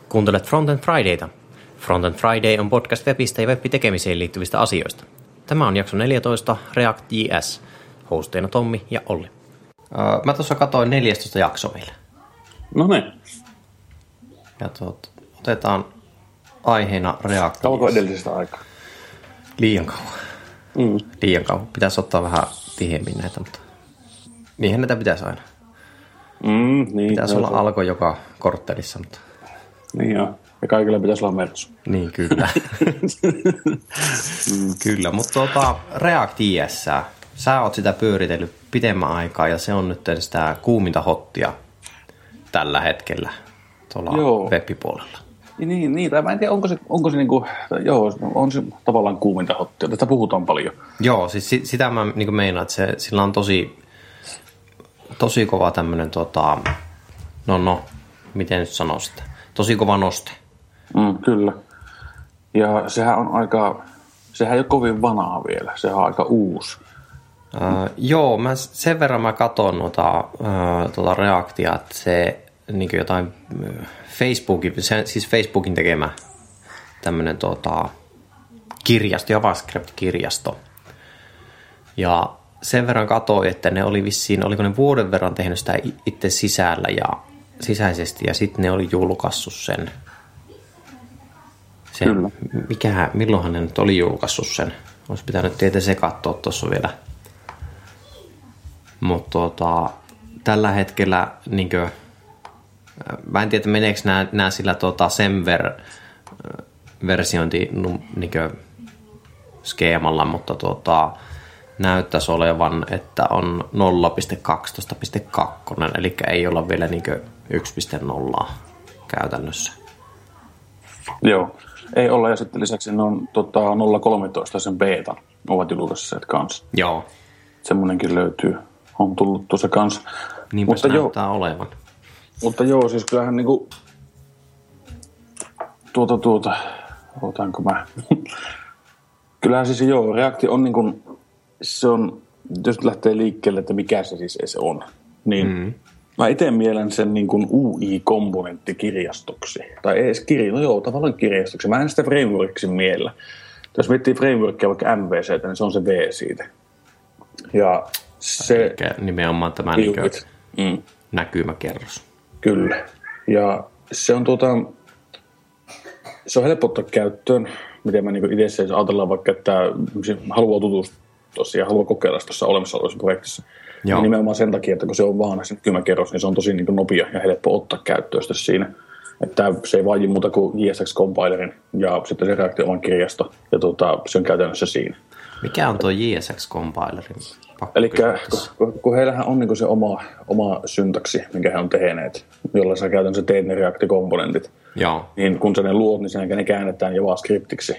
Kuuntelet Frontend Fridayta. Frontend Friday on podcast webistä ja web-tekemiseen liittyvistä asioista. Tämä on jakso 14 React.js. Hosteina Tommi ja Olli. Mä tuossa katsoin 14 jaksoa meille. No niin. Ja otetaan aiheena React.js. Kauanko edellisestä aikaa? Liian kauan. Liian kauan. Pitäisi ottaa vähän tiheemmin näitä, mutta niinhän näitä pitäisi aina. Niin, pitäisi olla alko joka korttelissa, mutta... Niin joo. Ja kaikilla pitäisi olla mersu. Niin, kyllä. Kyllä, mutta React.js, sä oot sitä pyöritellyt pitemmän aikaa ja se on nyt sitä kuuminta hottia tällä hetkellä tuolla web-puolella. Niin, tai mä en tiedä, onko se niinku, on se tavallaan kuuminta hottia, tästä puhutaan paljon. Joo, siis sitä mä niin meinaan, että sillä on tosi kova tämmönen, miten nyt sanoo sitä, tosi kova noste. Kyllä. Ja sehän ei ole kovin vanhaa vielä, sehän on aika uusi. Joo, sen verran mä katson Reactia, että se niin jotain Facebookin tekemä tämmönen kirjasto, JavaScript-kirjasto. Ja sen verran katsoin, että ne oli vissiin, oliko ne vuoden verran tehnyt sitä itse sisällä ja sisäisesti, ja sitten ne oli julkaissut sen. Kyllä. Milloinhan ne nyt oli julkaissut sen? Olisi pitänyt tietysti se katsoa tuossa vielä. Mutta tällä hetkellä, mä en tiedä, meneekö nämä sillä Semver-versiointi skeemalla, mutta näyttäisi olevan, että on 0.12.2, eli ei olla vielä 1.0 käytännössä. Joo, ei olla, ja sitten lisäksi ne on 0.13 sen beta ovat julkaisseet kanssa. Joo. Semmoinenkin löytyy, on tullut tuossa kanssa. Niinpä se näyttää olevan. Mutta joo, siis kyllähän niinku otanko mä? Kyllähän siis joo, React on niinku, se on, jos lähtee liikkeelle, että mikä se siis se on, niin mä itse mielen sen niin kuin UI-komponenttikirjastoksi. Tai ei edes tavallaan kirjastoksi. Mä en sitä frameworkiksi miellä. Jos miettii frameworkia vaikka MVC, niin se on se V siitä. Ja se... Eli nimenomaan tämä näkymäkerros. Kyllä. Ja se on se on helppo ottaa käyttöön. Miten mä niin itse ajatellaan vaikka, että haluaa tutustua ja haluaa kokeilla tuossa olemassa olevassa projektissa. Ja nimenomaan sen takia, että kun se on vaan se näkymäkerros, niin se on tosi niin nopea ja helppo ottaa käyttöön siinä. Että se ei vaadi muuta kuin JSX-compilerin ja sitten se Reactin oman kirjasto. Ja se on käytännössä siinä. Mikä on tuo JSX-compilerin? Eli kun heillähän on niin se oma syntaksi, minkä he on tehneet, jolla sä käytännössä teet ne React-komponentit. Joo. Niin kun sä ne luot, niin ne käännetään JavaScriptiksi.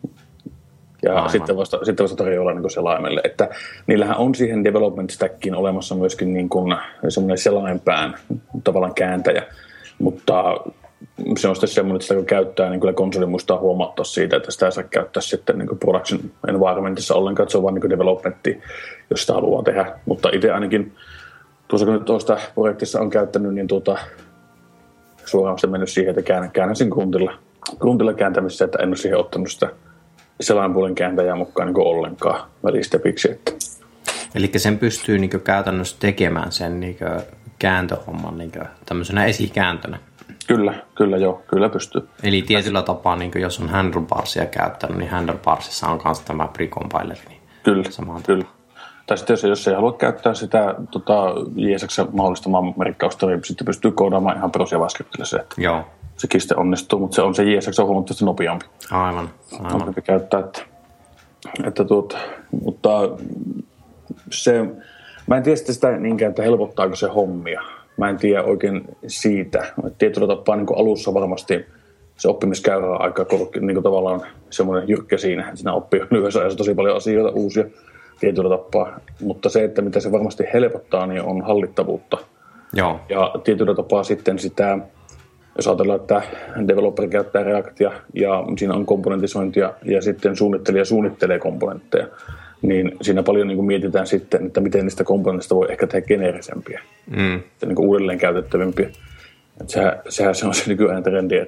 Ja sitten vasta tarjolla niin selaimelle. Että niillähän on siihen development stackiin olemassa myöskin niin kuin semmoinen selainpään tavallaan kääntäjä. Mutta se on sitten semmoinen, että sitä kun käyttää, niin kyllä konsoli muistaa huomattaa siitä, että sitä ei saa käyttää sitten niin production environmentissa ollenkaan, että se on vaan niin developmentti, jos sitä haluaa tehdä. Mutta itse ainakin, tuossa kun nyt tuosta projektissa on käyttänyt, niin suoraan sitten mennyt siihen, että käännäsin gruntilla kääntämisessä, että en ole siihen ottanut sitä selainpuolen kääntäjää mukaan niin ollenkaan välistepiksi. Että. Eli sen pystyy niin käytännössä tekemään sen niin kääntöhomman niin tämmöisenä esikääntönä. Kyllä pystyy. Eli tietyllä tapaa, niin jos on handlebarsia käyttänyt, niin handlebarsissa on myös tämä precompileri. Niin kyllä. Tai sitten jos ei halua käyttää sitä JSX mahdollistamaan merkkausta, niin sitten pystyy koodaamaan ihan perus JavaScriptille se, että joo. Sekin sitten onnistuu, mutta se on se JSX on huomattavasti nopeampi. Aivan. Nopeampi käyttää, mutta se, mä en tiedä sitä niinkään, että helpottaako se hommia. Mä en tiedä oikein siitä. Tietyllä tapaa niin alussa varmasti se oppimiskäyrä on aika niin tavallaan semmoinen jyrkkä siinä, että siinä oppii lyhyessä ajassa tosi paljon asioita uusia tietyllä tapaa. Mutta se, että mitä se varmasti helpottaa, niin on hallittavuutta. Joo. Ja tietyllä tapaa sitten sitä, jos ajatellaan, että developer käyttää Reactia ja siinä on komponentisointia ja sitten suunnittelija suunnittelee komponentteja, niin siinä paljon niin kuin mietitään sitten, että miten niistä komponentista voi ehkä tehdä geneerisempiä, niin kuin uudelleen käytettävimpiä. Sehän se on se nykyään trendi, että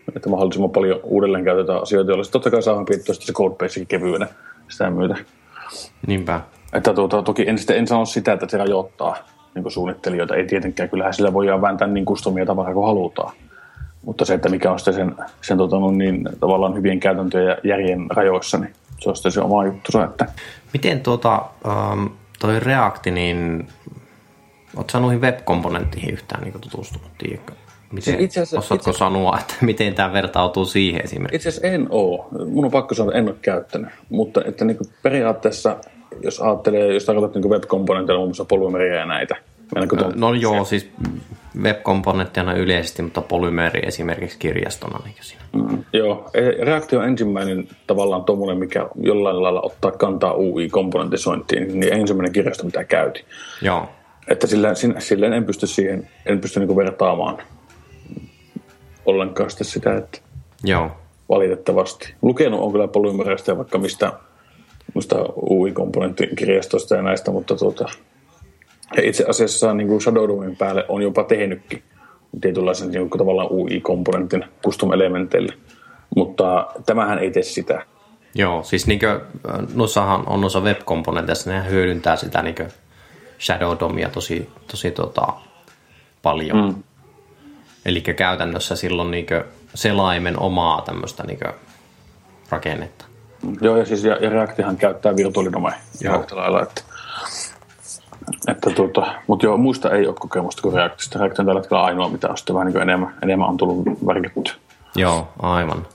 että mahdollisimman paljon uudelleen käytetään asioita, joilla totta kai saadaan pidettyä se codebasekin kevyenä sitä myötä. Niinpä. Että toki en sano sitä, että se rajoittaa niin suunnittelijoita, ei tietenkään, kyllähän sillä voidaan vääntää niin customia tavaraa kuin halutaan. Mutta se, että mikä on sitten sen niin, tavallaan hyvien käytäntöjen ja järjen rajoissa, niin se on sitten se oma juttu. Että... Miten toi React, niin oletko sä noihin web-komponentteihin yhtään niin tutustunut? Osaatko sanoa, että miten tämä vertautuu siihen esimerkiksi? Itse asiassa en ole. Mun on pakko sanoa, että en ole käyttänyt. Mutta että niin periaatteessa, jos tarkoitat niin web-komponentteja, muun muassa Polymeria ja näitä. No joo, siis web-komponenttina yleisesti, mutta Polymeria esimerkiksi kirjastona. Niin siinä. Joo, React on ensimmäinen tavallaan tuommoinen, mikä jollain lailla ottaa kantaa UI-komponentisointiin, niin ensimmäinen kirjasto, mitä käytin. Joo. Että silleen en pysty siihen, niin vertaamaan ollenkaan sitä, että joo. Valitettavasti. Lukenut on kyllä Polymerista ja vaikka mistä UI-komponenttikirjastosta ja näistä, mutta itse asiassa niin kuin Shadow DOMin päälle on jopa tehnytkin tietynlaisen niin kuin tavallaan UI-komponentin custom-elementeille, mutta tämähän ei tee sitä. Joo, siis niin noissahan on noissa web-komponenteissa, ne hyödyntää sitä niin Shadow DOMia tosi paljon. Eli käytännössä silloin niin selaimen omaa tämmöistä niin rakennetta. Joo, ja siis ja Reactihan käyttää virtuaalidomeja ihan yhtä lailla, mutta joo, muista ei ole kokemusta kuin Reactista. React on tällä hetkellä ainoa, mitä on sitten vähän niin enemmän on tullut värkittyä. Joo, aivan.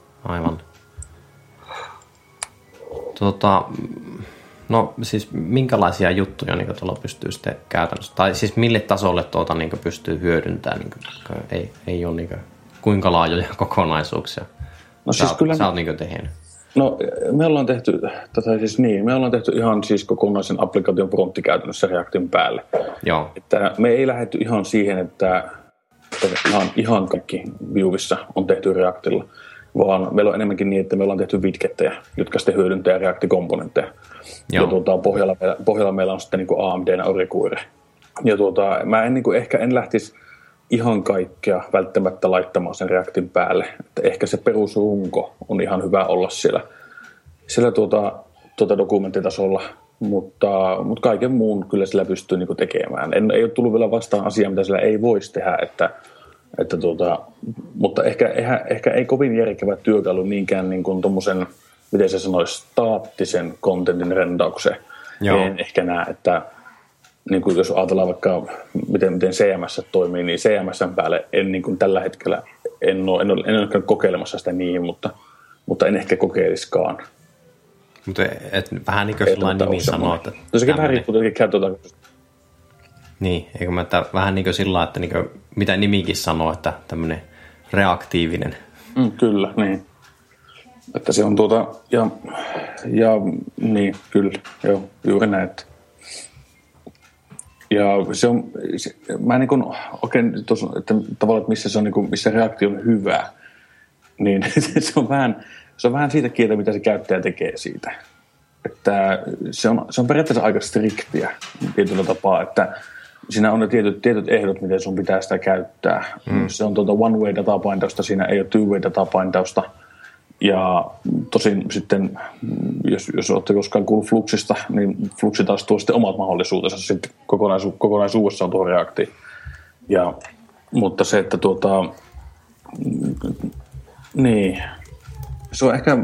No siis minkälaisia juttuja niin tuolla pystyy sitten käytännössä, tai siis mille tasolle niin pystyy hyödyntämään, ei ole niin kuinka laajoja kokonaisuuksia sä oot niin tehnyt? No me ollaan tehty ihan siis kokonaisen applikaation frontti käytännössä Reactin päälle. Joo. Että me ei lähdetty ihan siihen, että ihan kaikki Vueissa on tehty Reactilla, vaan meillä on enemmänkin niin, että me ollaan tehty widgettejä, jotka sitten hyödyntää React-komponentteja. Joo. Ja pohjalla meillä on sitten niin kuin AMD:n Orikuire. Ja mä en lähtisi ihan kaikkea välttämättä laittamaan sen Reactin päälle. Että ehkä se perusrunko on ihan hyvä olla siellä dokumenttitasolla, mutta kaiken muun kyllä sillä pystyy niin kuin tekemään. Ei ole tullut vielä vastaan asiaa, mitä sillä ei voisi tehdä, mutta ehkä ei kovin järkevä työkalu niinkään niin kuin tommosen, miten se sanoisi, staattisen kontentin rendaukseen. En ehkä näe, että niin kuin jos ajatellaan vaikka miten CMS toimii, niin CMSn päälle en niin kuin tällä hetkellä en ole kokeilemassa sitä niihin, mutta en ehkä kokeiliskaan. Mutta vähän niin kuin sellainen nimi sanoo, että... No sekin vähän riippuu tietenkin käyttötarkoituksesta. Niin, eikö mä, että vähän niin kuin sillä että niin kuin, mitä nimikin sanoo, että tämmöinen reaktiivinen. Kyllä, niin. Että se on ja niin, kyllä, joo, juuri näin. Ja mä niin kuin oikein tuossa, että tavallaan, että missä se on niin kuin, missä React on hyvä, niin se on vähän siitä kieltä, mitä se käyttäjä tekee siitä. Että se on periaatteessa aika striktiä tietyllä tapaa, että siinä on ne tietyt ehdot, miten sun pitää sitä käyttää. Se on one-way datapaintausta, siinä ei ole two-way datapaintausta. Ja tosin sitten, jos olette koskaan kuullut Fluxista, niin Fluxi taas tuo sitten omat mahdollisuutensa sitten kokonaisuudessaan tuohon Reactiin. Mutta se, että niin, se on ehkä,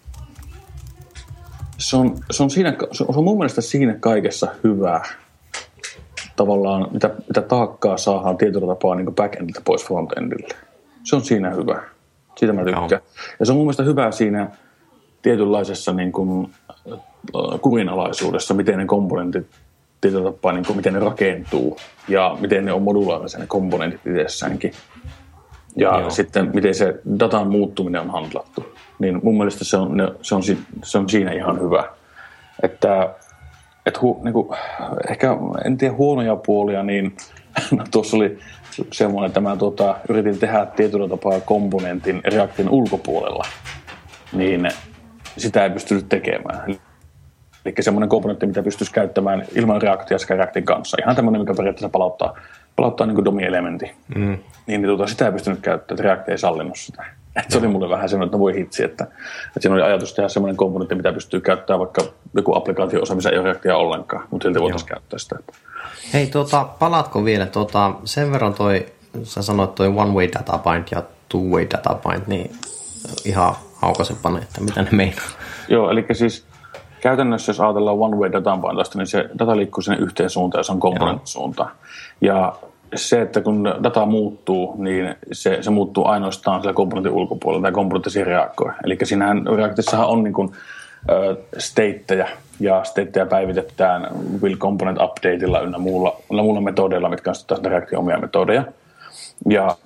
se on mun mielestä siinä kaikessa hyvä tavallaan, mitä taakkaa saadaan tietyllä tapaa niin backendiltä pois frontendille. Se on siinä hyvä. Siitä mä tykkään. No. Ja se on mun mielestä hyvä siinä tietynlaisessa niin kuin, kurinalaisuudessa, miten ne komponentit tietyllä tapaa, niin kuin, miten ne rakentuu ja miten ne on modulaarisia ne komponentit itsessäänkin. Ja sitten miten se datan muuttuminen on handlattu. Niin mun mielestä se on siinä ihan hyvä. Että niin kuin, ehkä en tiedä huonoja puolia, niin no, tuossa oli semmoinen, että mä yritin tehdä tietyllä tapaa komponentin Reactin ulkopuolella, niin sitä ei pystynyt tekemään. Eli semmoinen komponentti, mitä pystyisi käyttämään ilman Reactia sekä Reactin kanssa. Ihan tämmöinen, mikä periaatteessa palauttaa niin kuin DOM-elementin. Niin sitä ei pystynyt käyttämään, että React ei sallinut sitä. Että se oli mulle vähän semmoinen, että voi hitsi, että siinä oli ajatus tehdä semmoinen komponentti, mitä pystyy käyttämään vaikka joku applikaatio-osa, missä ei ole Reactia ollenkaan, mutta silti voitaisiin käyttää sitä. Hei, palaatko vielä sen verran sä sanoit toi one-way data bind ja two-way data bind, niin ihan aukaisepa, että mitä ne meinaa? Joo, eli siis käytännössä jos ajatellaan one-way data bindasta, niin se data liikkuu sinne yhteen suuntaan ja se on komponenttisuuntaan. Ja se, että kun data muuttuu, niin se muuttuu ainoastaan siellä komponentin ulkopuolella tai komponentti reagoi. Eli siinähän Reactissahan on niin kuin stateja ja stateja päivitetään will component updateilla ynnä muulla metodeilla, mitkä on sitten taas Reactin omia metodeja. Ja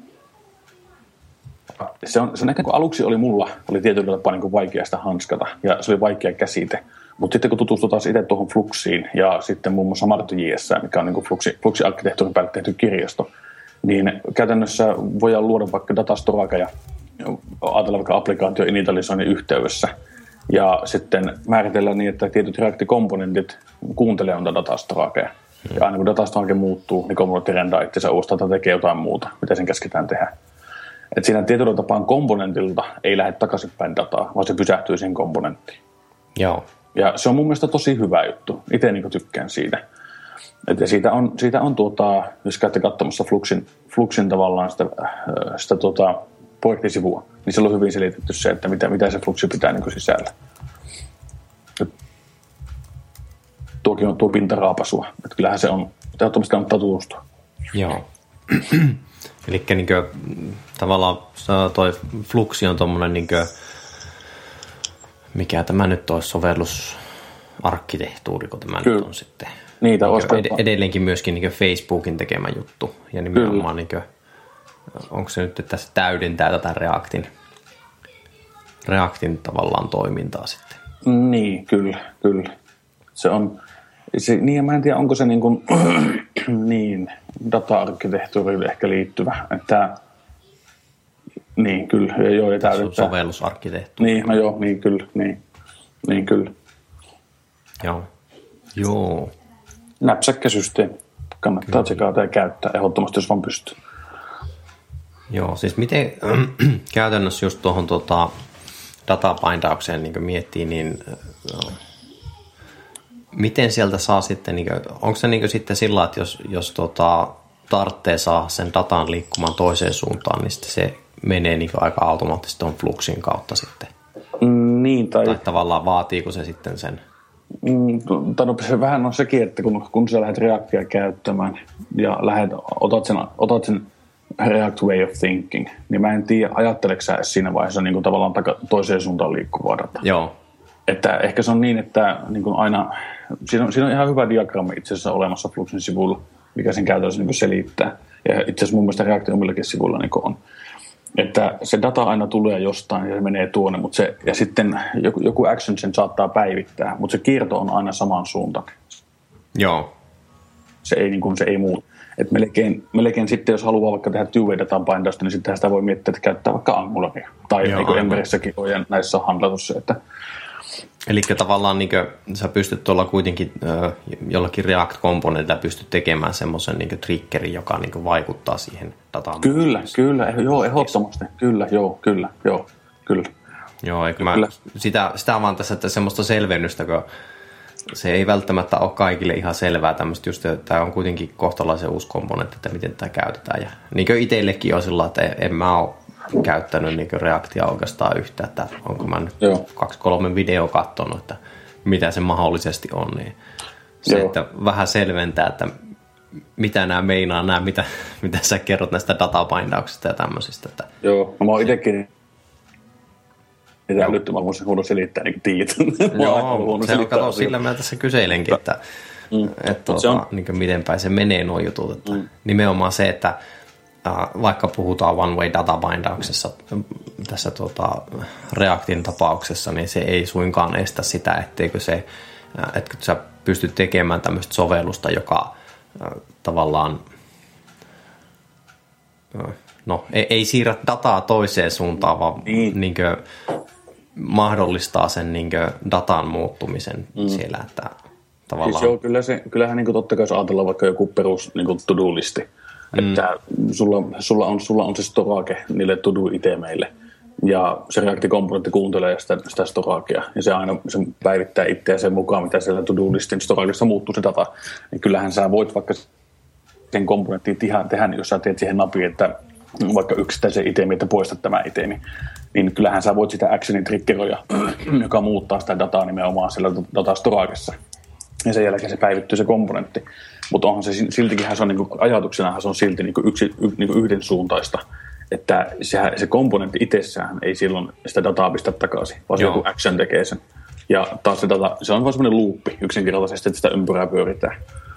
se näkee, kun aluksi oli tietyllä tapaa niin kuin vaikea sitä hanskata ja se oli vaikea käsite. Mutta sitten kun tutustutaan itse tuohon Fluxiin ja sitten muun muassa Martto.js, mikä on niin Flux-arkkitehtuurin päälle tehty kirjasto, niin käytännössä voidaan luoda vaikka datastorage ja ajatella vaikka applikaatio initialisoinnin yhteydessä. Ja sitten määritellään niin, että tietyt React-komponentit kuuntelee on datastoragea. Ja aina kun datastorage muuttuu, niin komponentti rendaa itsensä uudestaan tai tekee jotain muuta, mitä sen käsketään tehdä. Et siinä tietyllä tapaa komponentilta ei lähde takaisinpäin dataa, vaan se pysähtyy siihen komponenttiin. Joo. Ja se on mun mielestä tosi hyvä juttu. Itse niin tykkään siitä. Ja siitä on jos käytte katsomassa Fluxin tavallaan sitä projektisivua, niin se on hyvin selitetty se, että mitä se Fluxi pitää niin sisällä. Tuokin on tuo pintaraapasua. Että kyllähän se on, ehdottomasti kannattaa tutustua. Joo. Eli tavallaan toi Fluxi on tommonen mikä tämä nyt olisi sovellusarkkitehtuuri, kun tämä nyt on sitten niitä edelleenkin myöskin Facebookin tekemä juttu. Ja nimenomaan, onko se nyt, että se täydentää tätä Reactin tavallaan toimintaa sitten? Niin, kyllä. Se on, niin ja mä en tiedä, onko se niin data-arkkitehtuurille ehkä liittyvä, että niin, kyllä. Joo, sovellusarkkitehtuuri. Niin, no joo, niin kyllä. Niin kyllä. Joo. Näpsäkkä systeemi. Kannattaa tsekata ja käyttää ehdottomasti, jos vaan pystyy. Joo, siis miten käytännössä just tuohon databindaukseen niin miettii, niin miten sieltä saa sitten, onko se sitten sillä, että jos tarvitsee saa sen datan liikkumaan toiseen suuntaan, niin sitten se menee aika automaattisesti tuon Fluxin kautta sitten? Niin, tai tavallaan vaatiiko se sitten sen? Se vähän on sekin, että kun sä lähdet Reactia käyttämään ja otat sen React way of thinking, niin mä en tiedä, ajatteleeko sä siinä vaiheessa niin kuin tavallaan toiseen suuntaan liikkuvaa dataa. Joo. Että ehkä se on niin, että niin kuin aina, siinä on ihan hyvä diagrammi itse asiassa olemassa Fluxin sivulla, mikä sen käytännössä niin selittää. Ja itse asiassa mun mielestä Reactin omillakin sivuilla niin on. Että se data aina tulee jostain ja se menee tuonne, ja sitten joku action sen saattaa päivittää, mutta se kierto on aina saman suuntaan. Joo. Se ei muuta. Et melkein sitten, jos haluaa vaikka tehdä two-way datan bindausta, niin sitten sitä voi miettiä, että käyttää vaikka Angularia. Tai niin kuin Emberissäkin on, ja näissä on handlattu se, että eli tavallaan sä pystyt tuolla kuitenkin jollakin React-komponentilla pystyt tekemään semmoisen triggerin, joka vaikuttaa siihen dataan. Kyllä, joo, ehdottomasti. Kyllä. Joo, eikö mä sitä vaan tässä, että semmoista selvennystä, kun se ei välttämättä ole kaikille ihan selvää tämmöistä just, että tämä on kuitenkin kohtalaisen uusi komponentti, että miten tämä käytetään. Ja niin kuin itsellekin on sillä, että en mä ole käyttänyt Reactia oikeastaan yhtä, että onko mä nyt 2-3 videoa katsonut, että mitä se mahdollisesti on, niin se, että vähän selventää, että mitä nämä meinaa, mitä sä kerrot näistä databindauksista ja tämmöisistä. Että joo, mä oon itsekin älyttömän huono selittää, niin kuin tiedät. Joo, se on, kato, sillä mä tässä kyseilenkin, että miten päin se menee nuo jutut. Että nimenomaan se, että vaikka puhutaan one-way databindauksessa tässä Reactin tapauksessa, niin se ei suinkaan estä sitä, etteikö se, että sä pystyt tekemään tämmöistä sovellusta, joka tavallaan ei siirrä dataa toiseen suuntaan, vaan mahdollistaa sen datan muuttumisen siellä, että tavallaan. Siis joo, kyllähän totta kai jos ajatellaan vaikka joku perus to-do-listi, että sulla on se storage niille to-do-itemeille, ja se React-komponentti kuuntelee sitä storagea, ja se aina se päivittää itseään sen mukaan, mitä siellä to-do-listin storagessa muuttuu se data. Niin kyllähän sä voit vaikka sen komponenttiin tehdä, jos sä teet siihen napiin, että vaikka yksittäisen itemi, että poistat tämä itemi, niin kyllähän sä voit sitä actionin triggeroja, joka muuttaa sitä dataa nimenomaan siellä datastoragessa. Ja sen jälkeen se päivittyy se komponentti. Mutta onhan se siltikin, se on niinku, ajatuksenahan se on silti niinku yhdensuuntaista, että se komponentti itsessään ei silloin sitä dataa pistä takaisin, vaan se joku action tekee sen. Ja taas se data, se on vaan semmoinen luuppi yksinkertaisesti, että sitä ympyrää pyöritään.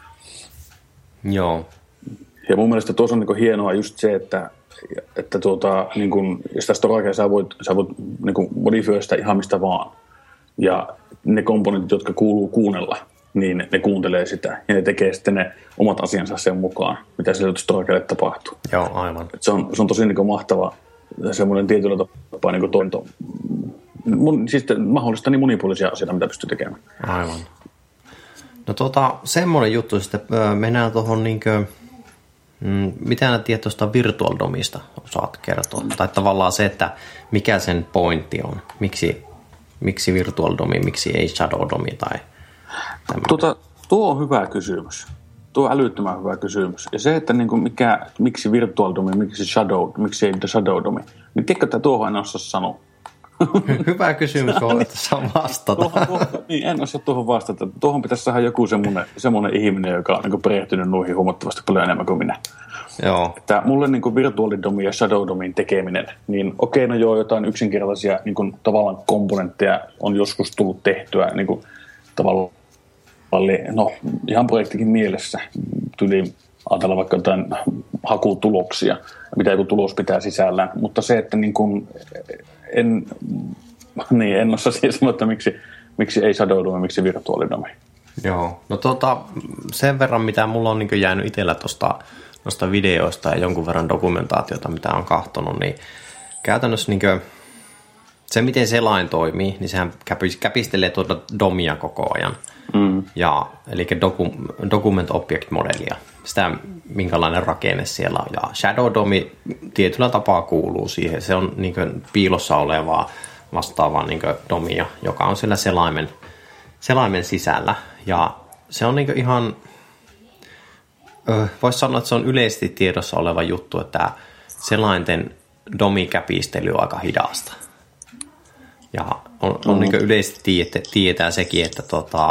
Joo. Ja mun mielestä tuossa on niinku hienoa just se, että niinku, sitä storagea sä voit niinku modifioida sitä ihan mistä vaan. Ja ne komponentit, jotka kuuluu kuunnella, niin ne kuuntelee sitä ja ne tekee sitten ne omat asiansa sen mukaan, mitä sille storagelle tapahtuu. Joo, aivan. Se on tosi niin kuin mahtava semmoinen tietyllä tapaa niin kuin tointo. Siis mahdollista niin monipuolisia asioita, mitä pystyy tekemään. Aivan. No semmoinen juttu sitten, mennään tuohon niinkö, mitä nää tiedät tuosta Virtual DOMista osaat kertoa? Tai tavallaan se, että mikä sen pointti on, miksi Virtual DOMi, miksi ei Shadow DOMi tai tuo on hyvä kysymys. Tuo on älyttömän hyvä kysymys. Ja se, että niin kuin miksi Virtual DOMi, miksi ei Shadow DOMi, niin tiedätkö, että tuohon en osaa sanoa. Hyvä kysymys, että saa vastata. Niin, en osaa tuohon vastata. Tuohon pitäisi saada joku semmoinen ihminen, joka on niin kuin perehtynyt noihin huomattavasti paljon enemmän kuin minä. Joo. Että mulle niin kuin Virtual DOMi ja Shadow DOMin tekeminen, niin okei, no joo, jotain yksinkertaisia niin kuin tavallaan komponentteja on joskus tullut tehtyä niin kuin tavallaan. No, ihan projektikin mielessä tuli ajatella vaikka jotain hakutuloksia, mitä joku tulos pitää sisällään, mutta se, että niin kuin en osaa siis sanoa, että miksi ei Shadow DOMi, miksi Virtual DOMi. Joo, no sen verran, mitä mulla on niin jäänyt itsellä tuosta videoista ja jonkun verran dokumentaatiota, mitä on katsonut, niin käytännössä niin se, miten selain toimii, niin sehän käpistelee tuota DOMia koko ajan. Ja, eli Document Object Modelia, sitä minkälainen rakenne siellä on. Ja Shadow DOMi tietyllä tapaa kuuluu siihen. Se on niin kuin piilossa olevaa vastaavaa niin kuin DOMia, joka on siellä selaimen sisällä. Ja se on niin kuin ihan, voisi sanoa, että se on yleisesti tiedossa oleva juttu, että selainten DOMi-käpistely on aika hidasta. Ja on niin kuin yleisesti tietää sekin, että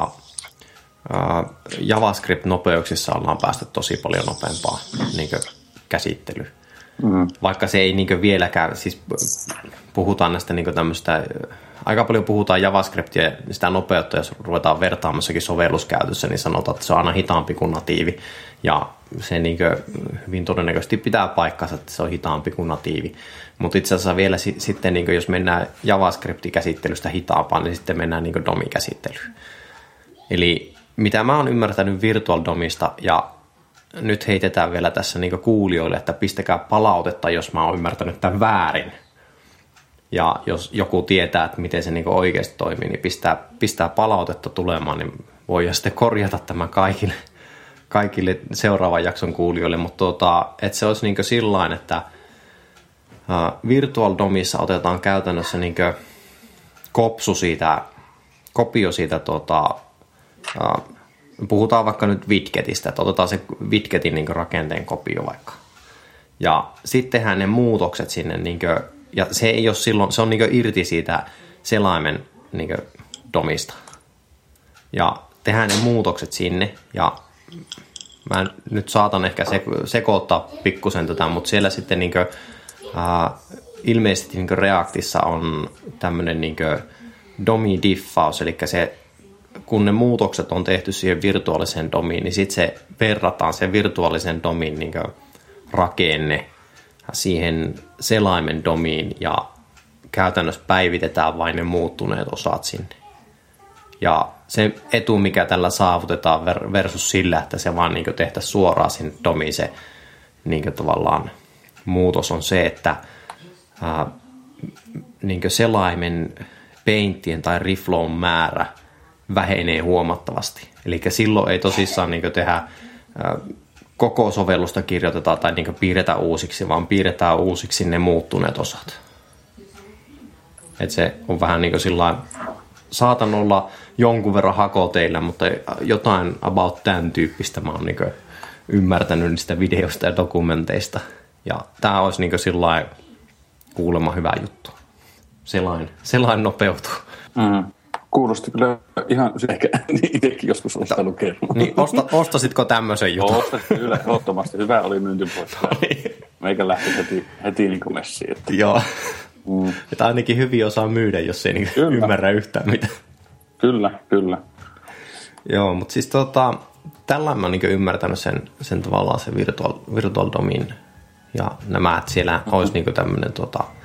JavaScript-nopeuksissa ollaan päästy tosi paljon nopeampaa niin käsittelyyn. Vaikka se ei niin vieläkään, siis puhutaan näistä niin tämmöistä, aika paljon puhutaan JavaScriptia ja sitä nopeutta, jos ruvetaan vertaamassakin sovelluskäytössä, niin sanotaan, että se on aina hitaampi kuin natiivi. Ja se niin hyvin todennäköisesti pitää paikkansa, että se on hitaampi kuin natiivi. Mutta itse asiassa vielä sitten, niin jos mennään JavaScript-käsittelystä hitaampaan, niin sitten mennään niin DOMI-käsittelyyn. Eli mitä mä oon ymmärtänyt Virtual DOMista, ja nyt heitetään vielä tässä niin kuulijoille, että pistäkää palautetta, jos mä oon ymmärtänyt tämän väärin. Ja jos joku tietää, että miten se niin oikeasti toimii, niin pistää palautetta tulemaan, niin voi sitten korjata tämän kaikille seuraavan jakson kuulijoille. Mutta että se olisi niin sillain, että Virtual DOMissa otetaan käytännössä niin kopio siitä puhutaan vaikka nyt widgetistä, että otetaan se widgetin niin rakenteen kopio vaikka. Ja sitten tehdään ne muutokset sinne, niin kuin, ja se ei ole silloin, se on niin irti siitä selaimen niin DOMista. Ja tehdään ne muutokset sinne, ja mä nyt saatan ehkä sekoittaa pikkusen tätä, mutta siellä sitten niin kuin, ilmeisesti niin Reactissa on tämmöinen niin DOMI-diffaus, eli se kun ne muutokset on tehty siihen virtuaaliseen DOMiin, niin sitten se verrataan sen virtuaalisen DOMin niin rakenne siihen selaimen DOMiin ja käytännössä päivitetään vain ne muuttuneet osat sinne. Ja se etu, mikä tällä saavutetaan versus sillä, että se vaan niin tehtäisiin suoraan sinne DOMiin, se niin tavallaan muutos on se, että niin selaimen painttien tai reflown määrä vähenee huomattavasti. Eli silloin ei tosissaan niin tehdä koko sovellusta kirjoitetaan tai niin piirretä uusiksi, vaan piirretään uusiksi ne muuttuneet osat. Että se on vähän niin kuin sillain, saatan olla jonkun verran hakoteillä, mutta jotain about tämän tyyppistä mä oon niin kuin ymmärtänyt niistä videoista ja dokumenteista. Ja tää olisi niin kuin sillain kuulemma hyvä juttu. Selain nopeutuu. Kuulosti kyllä ihan, ehkä itsekin joskus ostaa lukemaan. Niin, ostasitko tämmöisen jutun? Ostasin kyllä, ehdottomasti. Hyvä oli myyntipuolella. Meikä lähti heti niin kuin messiin. Että. Joo. Että ainakin hyvin osaa myydä, jos ei niin ymmärrä yhtään mitään. Kyllä. Joo, mutta siis tällä mä oon niin ymmärtänyt sen tavallaan se virtual domin ja nämä, että siellä olisi niin tämmöinen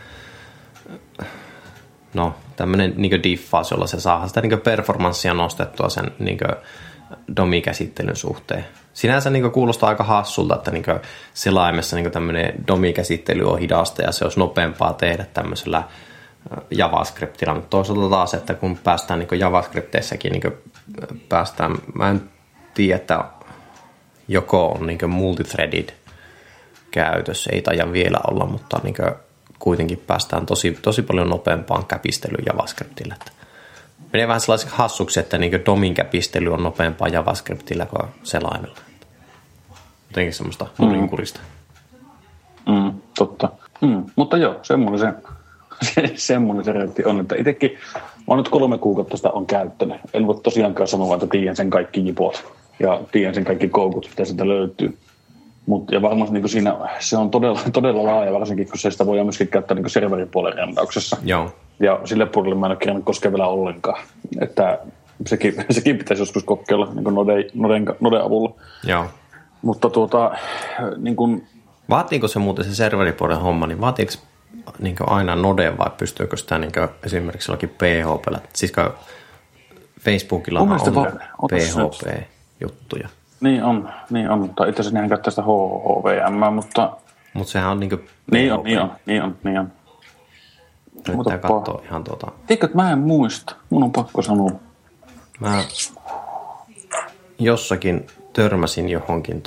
tämmöinen niin diffaus, jolla se saa sitä niin performanssia nostettua sen niin domikäsittelyn suhteen. Sinänsä niin kuulostaa aika hassulta, että niin selaimessa niin tämmöinen domikäsittely on hidasta ja se olisi nopeampaa tehdä tämmöisellä JavaScriptilla, mutta toisaalta taas, että kun päästään niin JavaScripteissäkin, niin päästään, mä en tiedä, että joko on niin multithreaded käytössä, ei taida vielä olla, mutta niin kuitenkin päästään tosi paljon nopeampaan käpistelyyn JavaScriptillä. Menee vähän sellaisiksi hassuksi, että niin domin käpistely on nopeampaa JavaScriptillä kuin selaimella. Jotenkin semmoista nurinkurista. Totta. Mutta joo, semmoinen se reitti on, että itsekin mä oon nyt 3 kuukautta sitä on käyttänyt. En voi tosiaankaan sanoa, että tiedän sen kaikki jipot ja tiedän sen kaikki koukut, mitä sieltä löytyy. Ja varmasti niin siinä se on todella laaja, varsinkin kun se sitä voidaan myöskin käyttää niin serveripuolen rendauksessa. Joo. Ja sille puolelle mä en ole kerännyt koskea vielä ollenkaan. Että sekin pitäisi joskus kokeilla niin Noden avulla. Joo. Mutta niin kuin... Vaatiiko se muuten se serveripuolen homma, niin vaatiiko niin aina Node vai pystyykö sitä niin esimerkiksi jollakin PHP:llä? Siis Facebookilla on PHP-juttuja. Niin on, mutta itse asiassa nehän käyttää sitä HHVM, mutta... Mutta sehän on niinku... Niin on. Nyt tää kattoo ihan Tiedätkö, että mä en muista. Mun on pakko sanoa. Mä jossakin törmäsin johonkin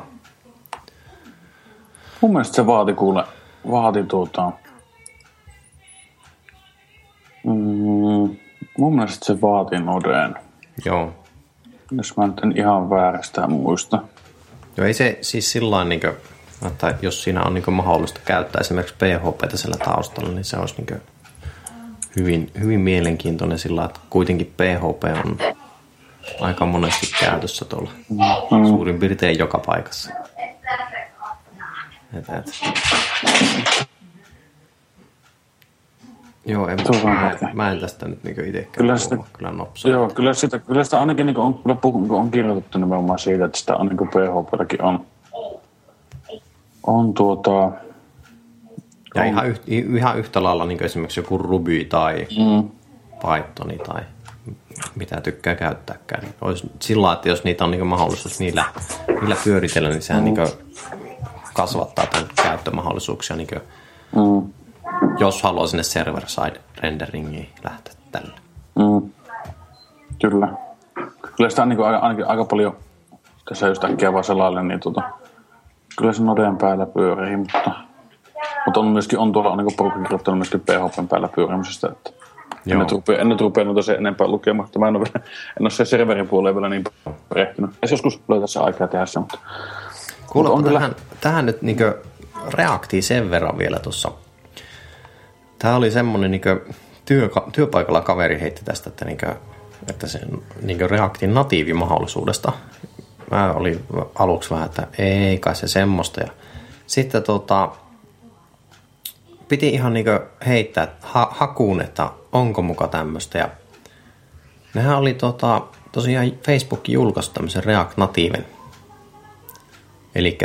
Mun mielestä se vaati mun mielestä se vaati Nodeen. Joo. Jos mä nyt en ihan väärästä muista. Joo, ei se siis sillain niinkö, että jos siinä on niinkö mahdollista käyttää esimerkiksi PHP:tä siellä taustalla, niin se olisi niinkö hyvin mielenkiintoinen sillä, että kuitenkin PHP on aika monesti käytössä tuolla suurin piirtein joka paikassa. Joo, mä en tästä nyt niinku itsekään kyllä nopsaa. Joo, kyllä sitä ainakin niinku on kirjoitettu nimenomaan siitä, että sitä on niinku PHP:lläkin on ja ihan yhtä lailla niin esimerkiksi joku Ruby tai Python tai mitä tykkää käyttääkään. Niin olisi sillä että jos niitä on niin mahdollisuus niillä pyöritellä, niin sehän niin kasvattaa tämän käyttömahdollisuuksia, niin jos haluaa sinne server-side renderingiin lähteä tällä. Kyllä. Kyllä sitä on niin ainakin aika paljon, tässä just äkkiä vaan selaille, niin kyllä se Noden päällä pyörii, mutta on tuolla niin porukka kirjoittanut myöskin PHPn päällä pyörimisestä, että en nyt rupea noita se enempää lukemaan, että mä en ole se serverin puoleen vielä niin perehtynyt. Joskus löytää se aikaa tehdä se, mutta... Kuule, tähän nyt niin reaktii sen verran vielä tuossa. Tämä oli semmoinen niin työpaikalla kaveri heitti tästä, että se niin Reactin natiivimahdollisuudesta. Mä olin aluksi vähän, että ei kai se semmoista. Ja sitten piti ihan niin heittää hakuun, että onko muka tämmöistä. Ja nehän oli tosiaan Facebook julkaisi tämmöisen React-natiiven. Eli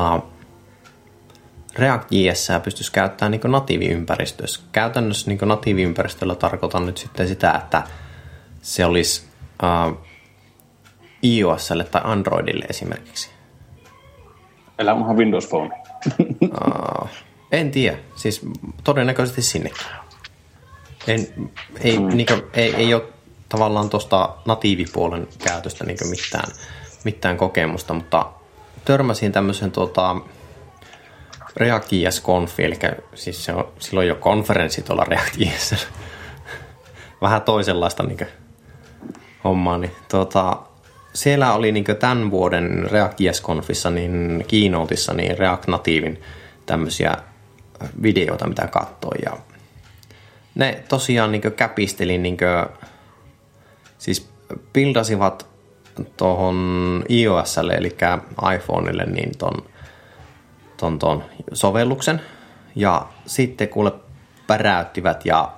React.js pystyisi käyttämään niin natiiviympäristössä. Käytännössä niin natiiviympäristöllä tarkoitan nyt sitten sitä, että se olisi iOSlle tai Androidille esimerkiksi. Elää onhan Windows Phone. En tiedä. Siis todennäköisesti sinne. Ei ole tavallaan tuosta natiivipuolen käytöstä niin mitään kokemusta, mutta törmäsin tämmöisen React.js Conf, eli siis silloin jo konferenssi tuolla React.js vähän toisenlaista niin hommaa. Niin, siellä oli niin tämän vuoden React JS-konfissa, niin keynoteissa, niin React Nativen tämmöisiä videoita, mitä katsoin. Ja ne tosiaan niin käpisteli, niin siis buildasivat tuohon iOSlle, eli iPhoneille, niin ton sovelluksen. Ja sitten kuule päräyttivät ja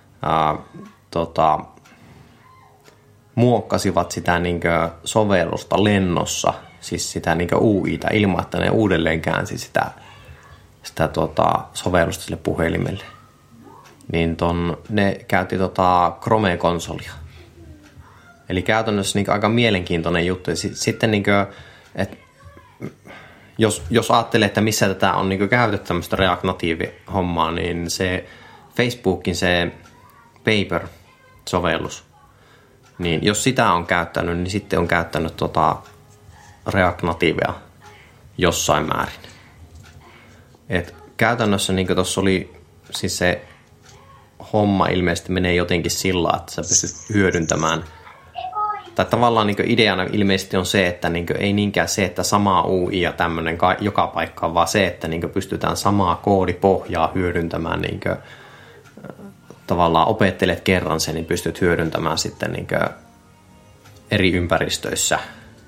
muokkasivat sitä niin sovellusta lennossa, siis sitä niin UI:ta ilman, että ne uudelleen käänsi sitä sovellusta sille puhelimelle. Niin ne käytti Chrome-konsolia. Eli käytännössä niin aika mielenkiintoinen juttu. Ja sitten, niin kuin, että jos ajattelee, että missä tätä on niin käytetty tämmöistä React Native-hommaa, niin se Facebookin se Paper-sovellus, niin jos sitä on käyttänyt, niin sitten on käyttänyt React Nativea jossain määrin. Et käytännössä niin tuossa oli siis se homma ilmeisesti menee jotenkin sillä, että sä pystyt hyödyntämään, tai tavallaan niin ideana ilmeisesti on se, että niin ei niinkään se, että sama UI ja tämmöinen joka paikkaan, vaan se, että niin pystytään samaa koodipohjaa hyödyntämään, niin tavallaan opettelet kerran sen, niin pystyt hyödyntämään sitten niin eri ympäristöissä.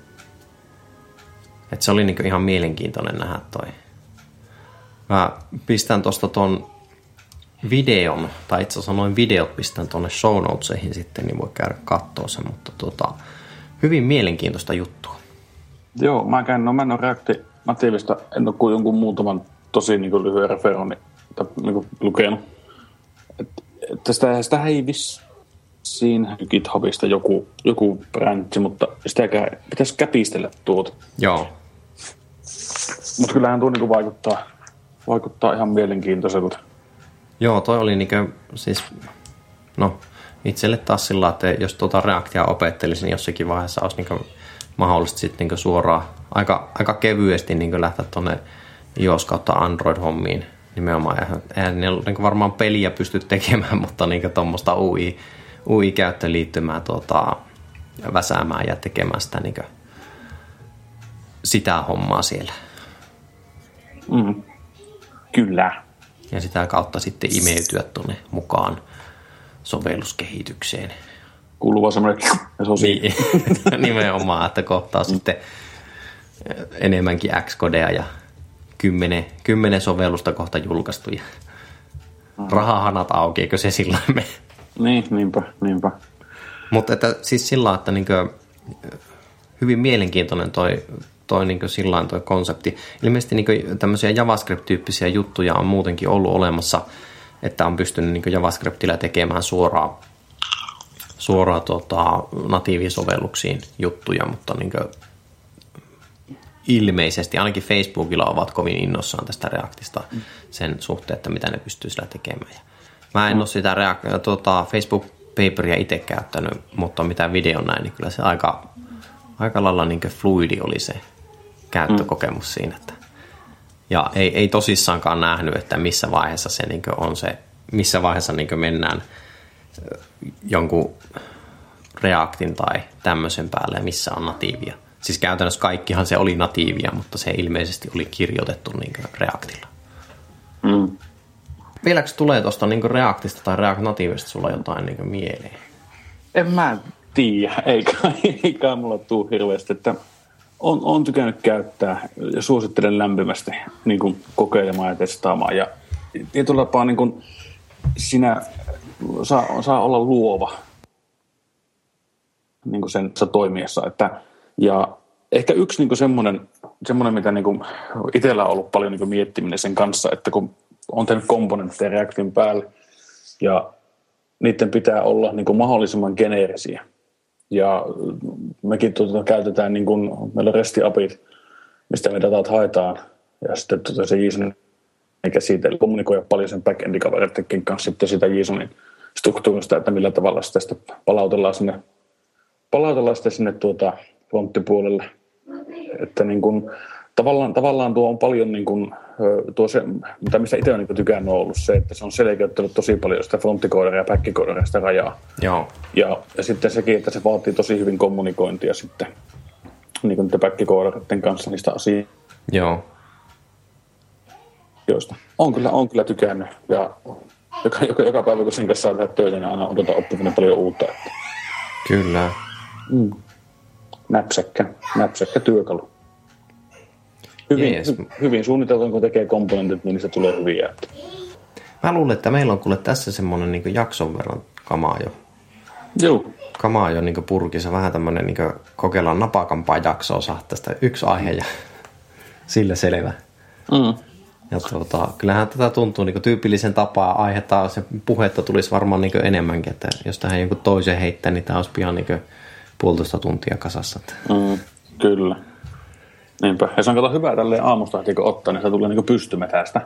Et se oli niin ihan mielenkiintoinen nähdä toi. Mä pistän tuosta ton videon, tai itse asiassa noin videot pistän tuonne show notesihin sitten, niin voi käydä katsoa sen, mutta hyvin mielenkiintoista juttua. Joo, mä en ole React Nativesta, en ole kuin jonkun muutaman tosi niin lyhyen referoni niin lukenut. Sitä ei vissiin GitHubista joku brändsi, mutta sitäkään pitäisi käpistellä tuota. Joo. Mutta kyllähän tuo niin vaikuttaa ihan mielenkiintoiselta. Joo, toi oli siis, itselle taas sillä, että jos Reactia opettelisin, niin jossakin vaiheessa olisi mahdollista sitten suoraan aika kevyesti lähteä tuonne iOS kautta Android-hommiin nimenomaan. Eihän ne varmaan peliä pysty tekemään, mutta tuommoista UI-käyttöliittymää väsäämään ja tekemään sitä, sitä hommaa siellä. Mm. Kyllä. Ja sitä kautta sitten imeytyä tuonne mukaan sovelluskehitykseen. Kuuluu vaan semmoinen, ja se on niin, nimenomaan, että kohtaa sitten enemmänkin Xcodea ja 10 sovellusta kohta julkaistu. Ja rahahanat auki, eikö se sillä me? Niin, niinpä. Mutta siis sillä että hyvin mielenkiintoinen toi sillain toi konsepti. Ilmeisesti tämmöisiä JavaScript-tyyppisiä juttuja on muutenkin ollut olemassa, että on pystynyt JavaScriptillä tekemään suoraan natiivisovelluksiin juttuja, mutta ilmeisesti ainakin Facebookilla ovat kovin innossaan tästä Reactista sen suhteen, että mitä ne pystyy sillä tekemään. Mä en ole sitä Facebook Paperia itse käyttänyt, mutta mitä videon näin, niin kyllä se aika lailla fluidi oli se käyttökokemus siinä. Ja ei tosissaankaan nähnyt, että missä vaiheessa se on se, missä vaiheessa mennään jonkun Reactin tai tämmöisen päälle ja missä on natiivia. Siis käytännössä kaikkihan se oli natiivia, mutta se ilmeisesti oli kirjoitettu Reactilla. Mm. Vieläkö tulee tuosta Reactista tai React Nativesta sulla jotain mieleen? En mä tiedä, eikä mulla tule hirveästi, että on tykännyt käyttää ja suosittelen lämpimästi kokeilemaan ja testaamaan. Ja tietyllä tapaa sinä saa olla luova sen toimiessa. Ja ehkä yksi semmoinen, mitä itsellä on ollut paljon miettiminen sen kanssa, että kun on tehnyt komponentteja Reactin päälle ja niiden pitää olla mahdollisimman geneerisiä. Ja mekin käytetään, meillä on REST-apit, mistä me datat haetaan, ja sitten se JSON eikä siitä kommunikoida paljon sen back-end-kavereiden kanssa sitten sitä JSONin struktuurista, että millä tavalla sitä palautellaan sinne fronttipuolelle. Että tavallaan tuo on paljon mistä itse olen niin tykännyt, on ollut se, että se on selkeyttänyt tosi paljon sitä fronttikoodarea ja backkooderia sitä rajaa. Joo. Ja sitten sekin, että se vaatii tosi hyvin kommunikointia sitten niin kuin niiden backkoodereiden kanssa niistä asioista. Joo. On kyllä tykännyt. Ja joka päivä, kun sen kanssa saa tehdä töitä, niin aina otetaan oppiminen paljon uutta. Että. Kyllä. Näpsäkkä työkalu. Hyvin suunniteltu, kun tekee komponentit, niin niistä tulee hyviä. Että. Mä luulen, että meillä on kuule tässä semmoinen niin jakson verran kamaa jo. Joo. Kamaa jo niin purkissa. Vähän tämmöinen niin kokeillaan napakampaa jaksoa, saa tästä yksi aihe ja sillä selvä. Ja kyllähän tätä tuntuu niin tyypillisen tapaa aihetta, se puhetta tulisi varmaan niin enemmänkin, että jos tähän jonkun toisen heittää, niin tämä olisi pian niin 1,5 tuntia kasassa. Kyllä. Niinpä. Ja se on kato hyvä tälleen aamusta heti kun ottaa, niin se tulee niin pystymetästä.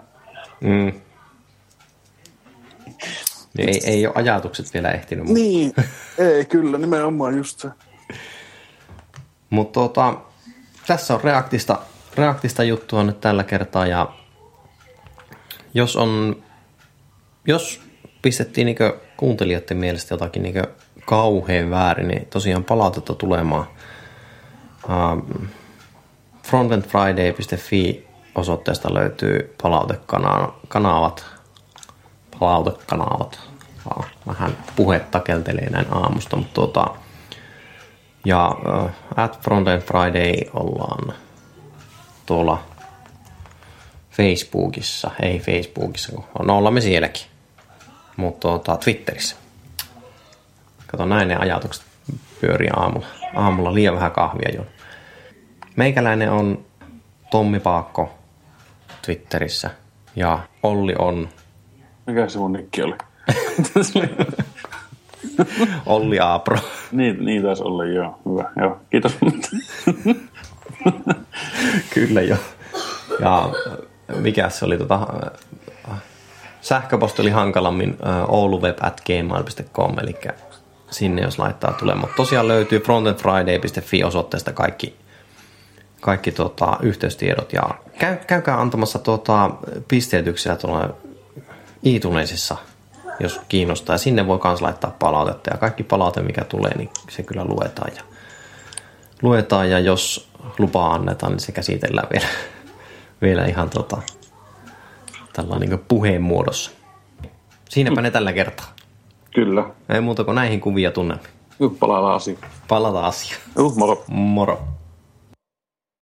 Ei ole ajatukset vielä ehtinyt. Niin, ei kyllä, nimenomaan just se. Mutta tässä on reaktista juttua nyt tällä kertaa ja jos pistettiin niin kuuntelijoiden mielestä jotakin niin kauhean väärin, niin tosiaan palautetta tulemaan. frontendfriday.fi osoitteesta löytyy palautekanavat. Vähän puhetta keltelee näin aamusta, mutta ja at frontendfriday ollaan tuolla Facebookissa, ei Facebookissa, no ollaan me sielläkin, mutta Twitterissä. Kato, näin ne ajatukset pyörii aamulla liian vähän kahvia jo. Meikäläinen on Tommi Paakko Twitterissä ja Olli on... Mikä se mun nikki oli? Olli Aapro. Niin taisi olla, joo. Hyvä, joo. Kiitos. Kyllä jo. Ja mikä se oli sähköposti oli hankalammin ouluweb@gmail.com, eli sinne jos laittaa tulee. Mutta tosiaan löytyy frontendfriday.fi osoitteesta kaikki yhteystiedot ja käykää antamassa pisteytyksiä tuolla iTunesissa, jos kiinnostaa. Ja sinne voi myös laittaa palautetta ja kaikki palaute mikä tulee, niin se kyllä luetaan ja jos lupaa annetaan, niin se käsitellään vielä ihan tällainen niin puheen muodossa. Siinäpä ne tällä kertaa. Kyllä. Ei muuta kuin näihin kuvia tunnelmiin. Palataan asiaan. Moro. Moro.